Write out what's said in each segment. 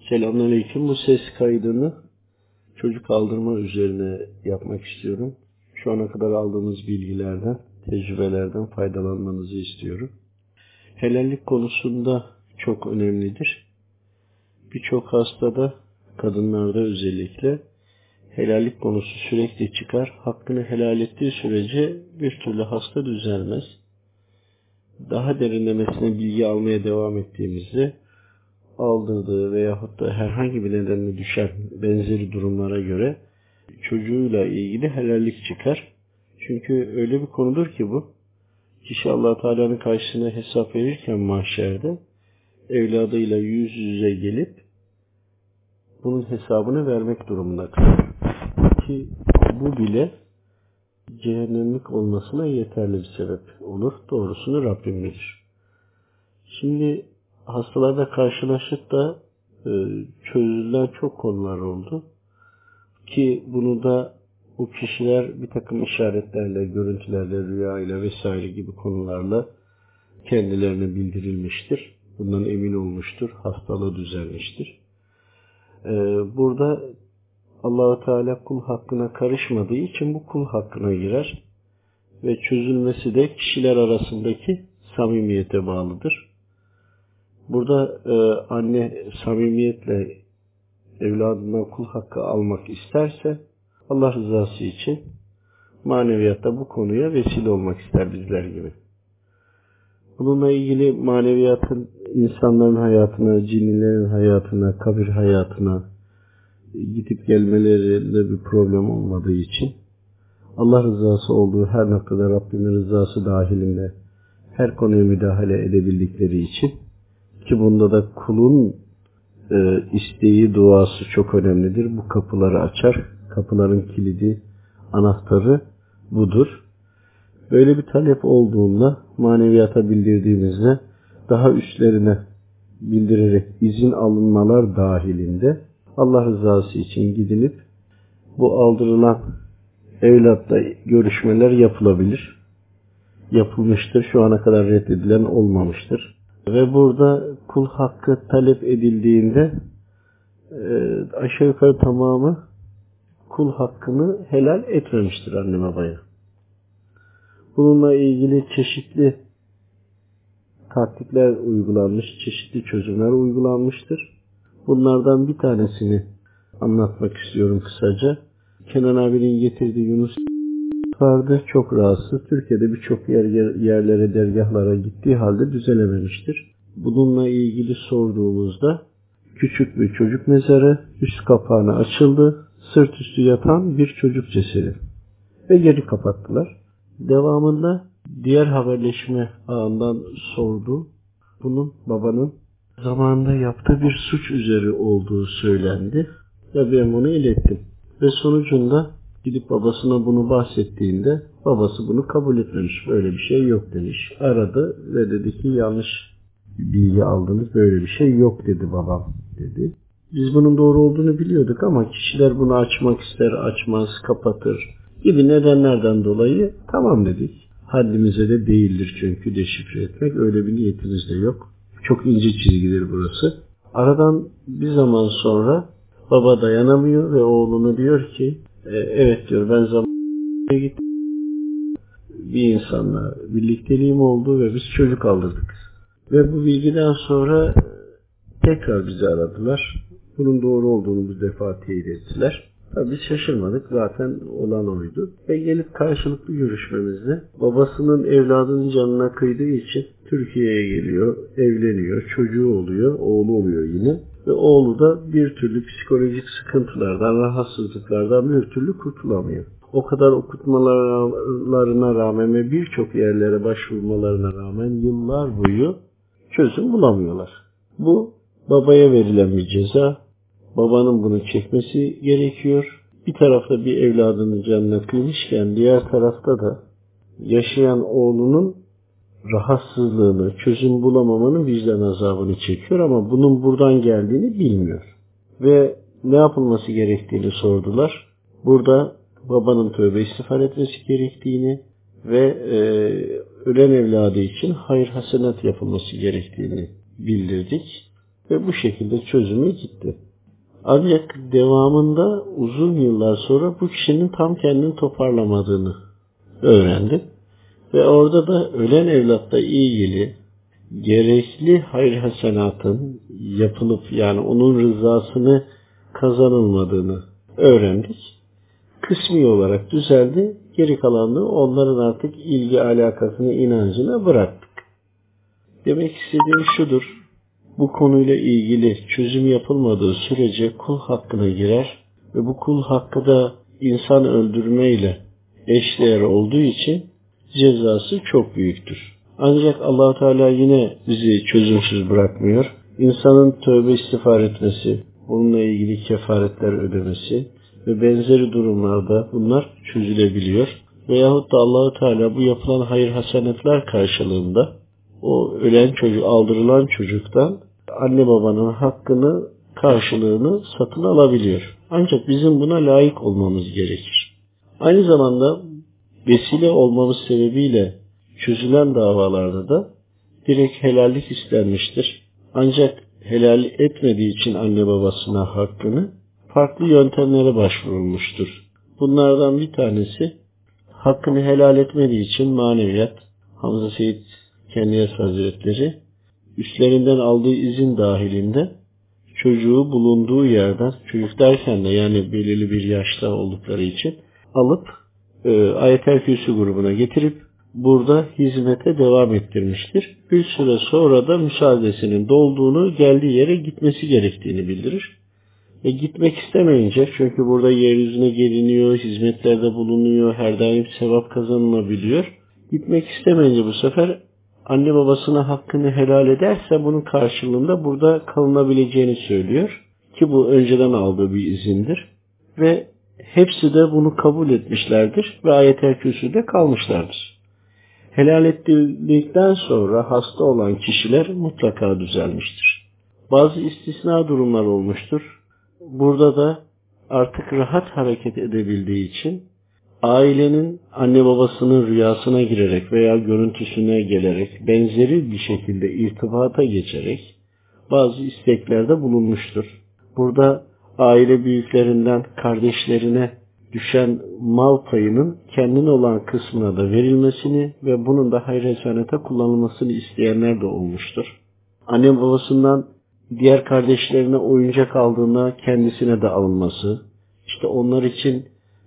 Selamünaleyküm. Bu ses kaydını çocuk aldırma üzerine yapmak istiyorum. Şu ana kadar aldığımız bilgilerden, tecrübelerden faydalanmanızı istiyorum. Helallik konusunda çok önemlidir. Birçok hastada, kadınlarda özellikle helallik konusu sürekli çıkar. Hakkını helal ettiği sürece bir türlü hasta düzelmez. Daha derinlemesine bilgi almaya devam ettiğimizde aldırdığı veyahut da herhangi bir nedenle düşen benzeri durumlara göre çocuğuyla ilgili helallik çıkar. Çünkü öyle bir konudur ki bu. Kişi Allah Teala'nın karşısına hesap verirken mahşerde evladıyla yüz yüze gelip bunun hesabını vermek durumunda kalır. Ki bu bile cehennemlik olmasına yeterli bir sebep olur. Doğrusunu Rabbim bilir. Şimdi hastalarda karşılaşıp da çözülen çok konular oldu. Ki bunu da bu kişiler bir takım işaretlerle, görüntülerle, rüyayla vesaire gibi konularla kendilerine bildirilmiştir. Bundan emin olmuştur. Hastalığı düzelmiştir. Burada Allah-u Teala kul hakkına karışmadığı için bu kul hakkına girer. Ve çözülmesi de kişiler arasındaki samimiyete bağlıdır. Burada anne samimiyetle evladından kul hakkı almak isterse Allah rızası için maneviyatta bu konuya vesile olmak ister bizler gibi. Bununla ilgili maneviyatın insanların hayatına, cinnilerin hayatına, kabir hayatına gidip gelmelerinde bir problem olmadığı için Allah rızası olduğu her noktada Rabbimin rızası dahilinde her konuya müdahale edebildikleri için ki bunda da kulun isteği, duası çok önemlidir. Bu kapıları açar. Kapıların kilidi, anahtarı budur. Böyle bir talep olduğunda maneviyata bildirdiğimizde daha üstlerine bildirerek izin alınmalar dahilinde Allah rızası için gidilip bu aldırılan evlatla görüşmeler yapılabilir. Yapılmıştır. Şu ana kadar reddedilen olmamıştır. Ve burada kul hakkı talep edildiğinde aşağı yukarı tamamı kul hakkını helal etmemiştir anne babaya. Bununla ilgili çeşitli taktikler uygulanmış, çeşitli çözümler uygulanmıştır. Bunlardan bir tanesini anlatmak istiyorum kısaca. Kenan abinin getirdiği Yunus vardı. Çok rahatsız. Türkiye'de birçok yerlere, dergahlara gittiği halde düzelememiştir. Bununla ilgili sorduğumuzda küçük bir çocuk mezarı, üst kapağını açıldı, sırt üstü yatan bir çocuk cesedi ve geri kapattılar. Devamında diğer haberleşme ağından sordu. Bunun babanın zamanında yaptığı bir suç üzeri olduğu söylendi ve ben bunu ilettim. Ve sonucunda gidip babasına bunu bahsettiğinde babası bunu kabul etmemiş. Böyle bir şey yok demiş. Aradı ve dedi ki yanlış bilgi aldınız. Böyle bir şey yok dedi babam dedi. Biz bunun doğru olduğunu biliyorduk ama kişiler bunu açmak ister, açmaz, kapatır gibi nedenlerden dolayı tamam dedik. Haddimize de değildir çünkü deşifre etmek. Öyle bir niyetimiz de yok. Çok ince çizgidir burası. Aradan bir zaman sonra baba dayanamıyor ve oğluna diyor ki evet diyor ben zamanında gittim. Bir insanla birlikteliğim oldu ve biz çocuk aldırdık. Ve bu bilgiden sonra tekrar bizi aradılar. Bunun doğru olduğunu bu defa teyit ettiler. Tabii biz şaşırmadık. Zaten olan oydu. Ve gelip karşılıklı görüşmemizde babasının evladının canına kıydığı için Türkiye'ye geliyor, evleniyor, çocuğu oluyor, oğlu oluyor yine. Ve oğlu da bir türlü psikolojik sıkıntılardan, rahatsızlıklardan bir türlü kurtulamıyor. O kadar okutmalarına rağmen ve birçok yerlere başvurmalarına rağmen yıllar boyu çözüm bulamıyorlar. Bu babaya verilen bir ceza. Babanın bunu çekmesi gerekiyor. Bir tarafta bir evladının canına kıymışken diğer tarafta da yaşayan oğlunun rahatsızlığını, çözüm bulamamanın vicdan azabını çekiyor ama bunun buradan geldiğini bilmiyor. Ve ne yapılması gerektiğini sordular. Burada babanın tövbe istiğfar etmesi gerektiğini ve ölen evladı için hayır hasenat yapılması gerektiğini bildirdik. ve bu şekilde çözüme gitti. Ancak devamında uzun yıllar sonra bu kişinin tam kendini toparlamadığını öğrendi. Ve orada da ölen evlatla ilgili gerekli hayır hasenatın yapılıp yani onun rızasını kazanılmadığını öğrendik. Kısmi olarak düzeldi. Geri kalanını onların artık ilgi alakasını, inancına bıraktık. Demek istediğim şudur. Bu konuyla ilgili çözüm yapılmadığı sürece kul hakkına girer ve bu kul hakkı da insan öldürmeyle eşdeğer olduğu için cezası çok büyüktür. Ancak Allah-u Teala yine bizi çözümsüz bırakmıyor. İnsanın tövbe istiğfar etmesi, onunla ilgili kefaretler ödemesi ve benzeri durumlarda bunlar çözülebiliyor. Veyahut da Allah-u Teala bu yapılan hayır hasenetler karşılığında o ölen çocuk, aldırılan çocuktan anne babanın hakkını, karşılığını satın alabiliyor. Ancak bizim buna layık olmamız gerekir. Aynı zamanda vesile olmamız sebebiyle çözülen davalarda da direkt helallik istenmiştir. Ancak helal etmediği için anne babasına hakkını farklı yöntemlere başvurulmuştur. Bunlardan bir tanesi hakkını helal etmediği için maneviyat, Hamza Seyyid Kendiyes Hazretleri üstlerinden aldığı izin dahilinde çocuğu bulunduğu yerden, çocuk derken de yani belirli bir yaşta oldukları için alıp Ayet-el Kürsü grubuna getirip burada hizmete devam ettirmiştir. Bir süre sonra da müsaadesinin dolduğunu, geldiği yere gitmesi gerektiğini bildirir. Gitmek istemeyince, çünkü burada yeryüzüne geliniyor, hizmetlerde bulunuyor, her daim sevap kazanılabiliyor. Gitmek istemeyince bu sefer anne babasına hakkını helal ederse bunun karşılığında burada kalınabileceğini söylüyor. Ki bu önceden aldığı bir izindir. Ve hepsi de bunu kabul etmişlerdir ve Ayet-el Kürsü'de kalmışlardır. Helal ettirdikten sonra hasta olan kişiler mutlaka düzelmiştir. Bazı istisna durumlar olmuştur. Burada da artık rahat hareket edebildiği için ailenin anne babasının rüyasına girerek veya görüntüsüne gelerek benzeri bir şekilde irtibata geçerek bazı isteklerde bulunmuştur. Burada aile büyüklerinden kardeşlerine düşen mal payının kendine olan kısmına da verilmesini ve bunun da hayır hasenete kullanılmasını isteyenler de olmuştur. Anne babasından diğer kardeşlerine oyuncak aldığında kendisine de alınması, işte onlar için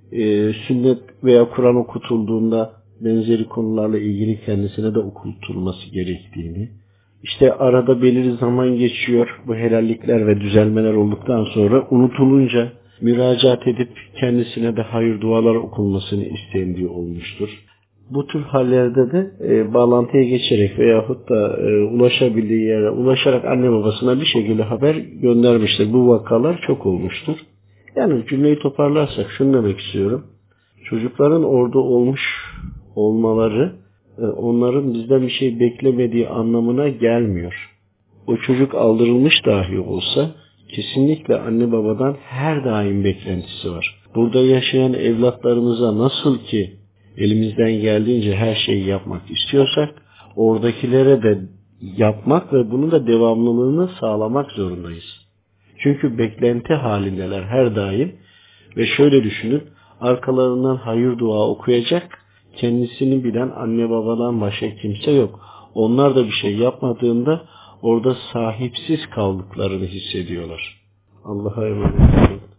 sünnet veya Kur'an okutulduğunda benzeri konularla ilgili kendisine de okutulması gerektiğini, işte arada belirli zaman geçiyor, bu helallikler ve düzelmeler olduktan sonra unutulunca müracaat edip kendisine de hayır dualar okunmasını istendiği olmuştur. Bu tür hallerde de bağlantıya geçerek veyahut da ulaşabildiği yere ulaşarak anne babasına bir şekilde haber göndermiştir. Bu vakalar çok olmuştur. Yani cümleyi toparlarsak şunu demek istiyorum. Çocukların orada olmuş olmaları onların bizden bir şey beklemediği anlamına gelmiyor. O çocuk aldırılmış dahi olsa kesinlikle anne babadan her daim beklentisi var. Burada yaşayan evlatlarımıza nasıl ki elimizden geldiğince her şeyi yapmak istiyorsak oradakilere de yapmak ve bunun da devamlılığını sağlamak zorundayız. Çünkü beklenti halindeler her daim ve şöyle düşünün, arkalarından hayır dua okuyacak, kendisini bilen anne babadan başka kimse yok. Onlar da bir şey yapmadığında orada sahipsiz kaldıklarını hissediyorlar. Allah'a emanet olun.